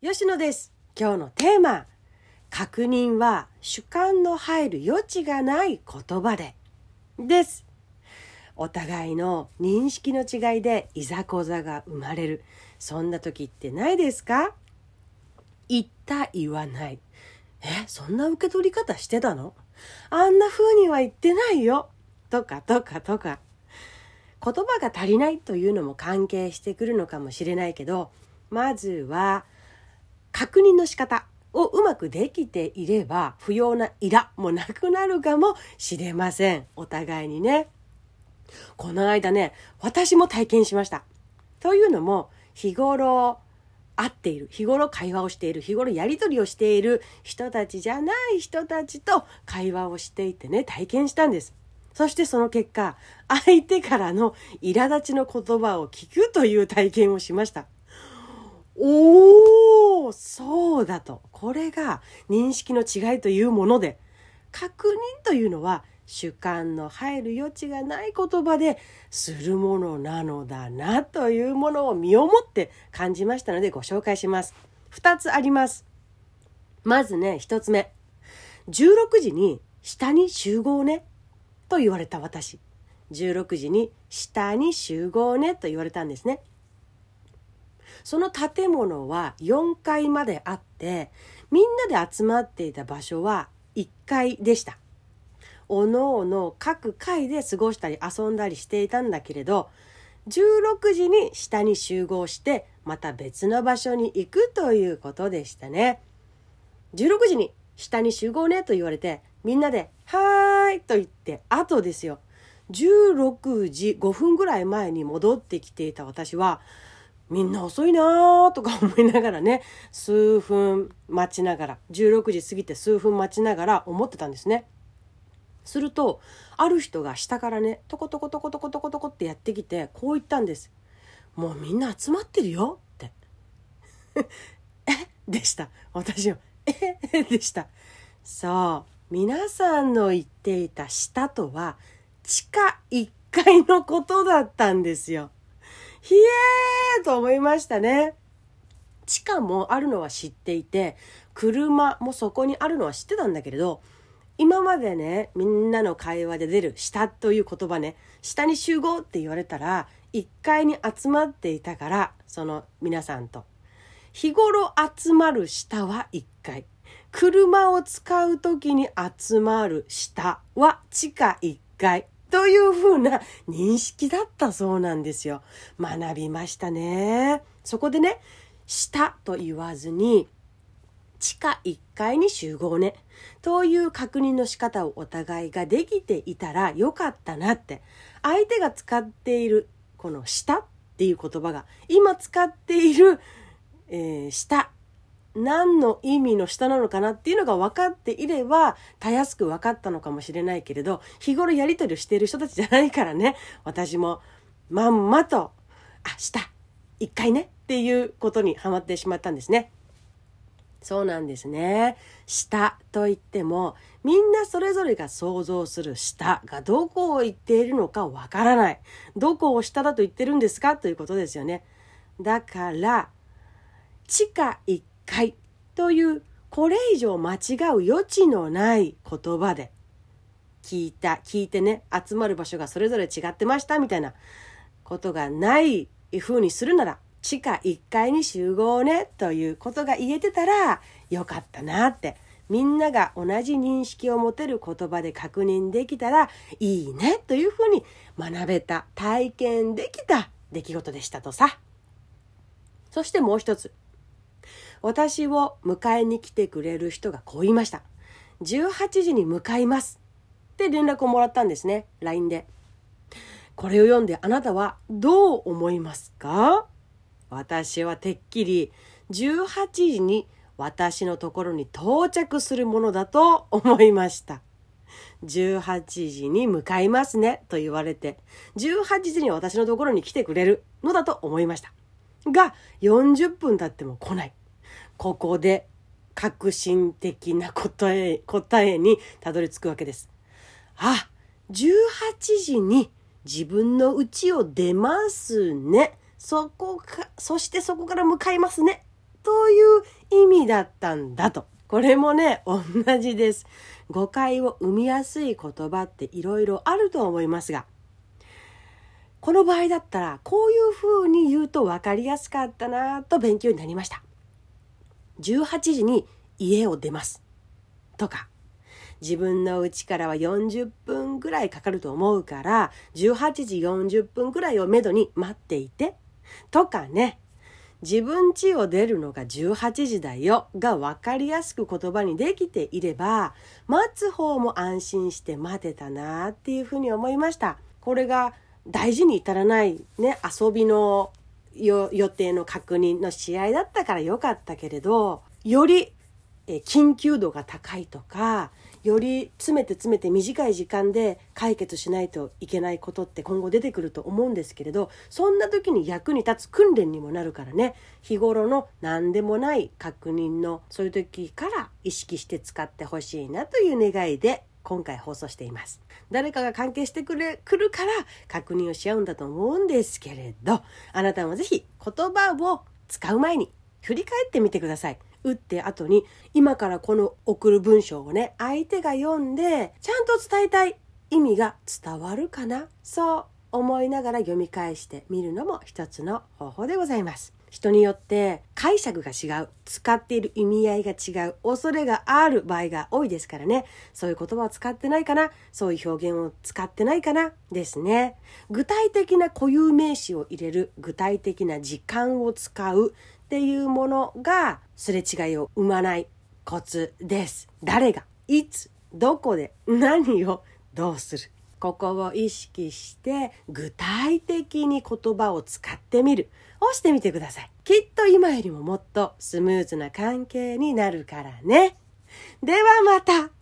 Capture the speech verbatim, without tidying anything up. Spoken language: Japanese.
吉野です。今日のテーマ、確認は主観の入る余地がない言葉でです。お互いの認識の違いでいざこざが生まれる、そんな時ってないですか？言った言わない、えそんな受け取り方してたの？あんな風には言ってないよとかとかとか、言葉が足りないというのも関係してくるのかもしれないけど、まずは確認の仕方をうまくできていれば不要なイラもなくなるかもしれません。お互いにね。この間ね、私も体験しました。というのも、日頃会っている、日頃会話をしている、日頃やり取りをしている人たちじゃない人たちと会話をしていてね、体験したんです。そしてその結果、相手からの苛立ちの言葉を聞くという体験をしました。おー、そうだと。これが認識の違いというもので、確認というのは主観の入る余地がない言葉でするものなのだなというものを身をもって感じましたのでご紹介します。二つあります。まずね、一つ目。じゅうろくじに下に集合ねと言われた私。じゅうろくじに下に集合ねと言われたんですね。その建物はよんかいまであって、みんなで集まっていた場所はいっかいでした。おのおの各階で過ごしたり遊んだりしていたんだけれど、じゅうろくじに下に集合してまた別の場所に行くということでしたね。じゅうろくじに下に集合ねと言われて、みんなではーいと言って後ですよ。じゅうろくじごふんぐらい前に戻ってきていた私は、みんな遅いなーとか思いながらね、数分待ちながら、じゅうろくじ過ぎて数分待ちながら思ってたんですね。すると、ある人が下からね、トコトコトコトコトコトコってやってきて、こう言ったんです。もうみんな集まってるよって。えでした。私は、えでした。そう、皆さんの言っていた下とは、地下いっかいのことだったんですよ。ひえーと思いましたね。地下もあるのは知っていて、車もそこにあるのは知ってたんだけれど、今までね、みんなの会話で出る下という言葉ね、下に集合って言われたら、いっかいに集まっていたから、その皆さんと。日頃集まる下はいっかい。車を使うときに集まる下は地下いっかい。というふうな認識だったそうなんですよ。学びましたね。そこでね、下と言わずに、地下いっかいに集合ね。という確認の仕方をお互いができていたらよかったなって。相手が使っているこの下っていう言葉が、今使っている、えー、下。何の意味の下なのかなっていうのが分かっていればたやすく分かったのかもしれないけれど、日頃やり取りをしている人たちじゃないからね、私もまんまとあ下いっかいねっていうことにはまってしまったんですね。そうなんですね。下といってもみんなそれぞれが想像する下がどこを言っているのか分からない。どこを下だと言ってるんですかということですよね。だから地下いっかいというこれ以上間違う余地のない言葉で聞いた聞いてね、集まる場所がそれぞれ違ってましたみたいなことがない風にするなら、地下いっかいに集合ねということが言えてたらよかったなって、みんなが同じ認識を持てる言葉で確認できたらいいねというふうに学べた、体験できた出来事でしたとさ。そしてもう一つ、私を迎えに来てくれる人がこう言いました。じゅうはちじに向かいますって連絡をもらったんですね、 ライン で。これを読んであなたはどう思いますか？私はてっきりじゅうはちじに私のところに到着するものだと思いました。じゅうはちじに向かいますねと言われて、じゅうはちじに私のところに来てくれるのだと思いました。がよんじゅっぷん経っても来ない。ここで革新的な答え、答えにたどり着くわけです。あ、じゅうはちじに自分の家を出ますね。そこか、そしてそこから向かいますね。という味だったんだと。これもね、同じです。誤解を生みやすい言葉っていろいろあると思いますが、この場合だったらこういうふうに言うと分かりやすかったなと勉強になりました。じゅうはちじに家を出ますとか、自分の家からはよんじゅっぷんぐらいかかると思うから、じゅうはちじよんじゅっぷんぐらいをめどに待っていてとかね、自分家を出るのがじゅうはちじだよが分かりやすく言葉にできていれば、待つ方も安心して待てたなっていうふうに思いました。これが大事に至らないね、遊びの予定の確認の試合だったからよかったけれど、より緊急度が高いとか、より詰めて詰めて短い時間で解決しないといけないことって今後出てくると思うんですけれど、そんな時に役に立つ訓練にもなるからね、日頃の何でもない確認のそういう時から意識して使ってほしいなという願いで今回放送しています。誰かが関係してくれくるから確認をし合うんだと思うんですけれど、あなたもぜひ言葉を使う前に振り返ってみてください。打って後に今からこの送る文章をね、相手が読んでちゃんと伝えたい意味が伝わるかな、そう思いながら読み返してみるのも一つの方法でございます。人によって解釈が違う、使っている意味合いが違う恐れがある場合が多いですからね、そういう言葉を使ってないかな、そういう表現を使ってないかなですね。具体的な固有名詞を入れる、具体的な時間を使うっていうものがすれ違いを生まないコツです。誰がいつどこで何をどうする、ここを意識して具体的に言葉を使ってみるをしてみてください。きっと今よりももっとスムーズな関係になるからね。ではまた。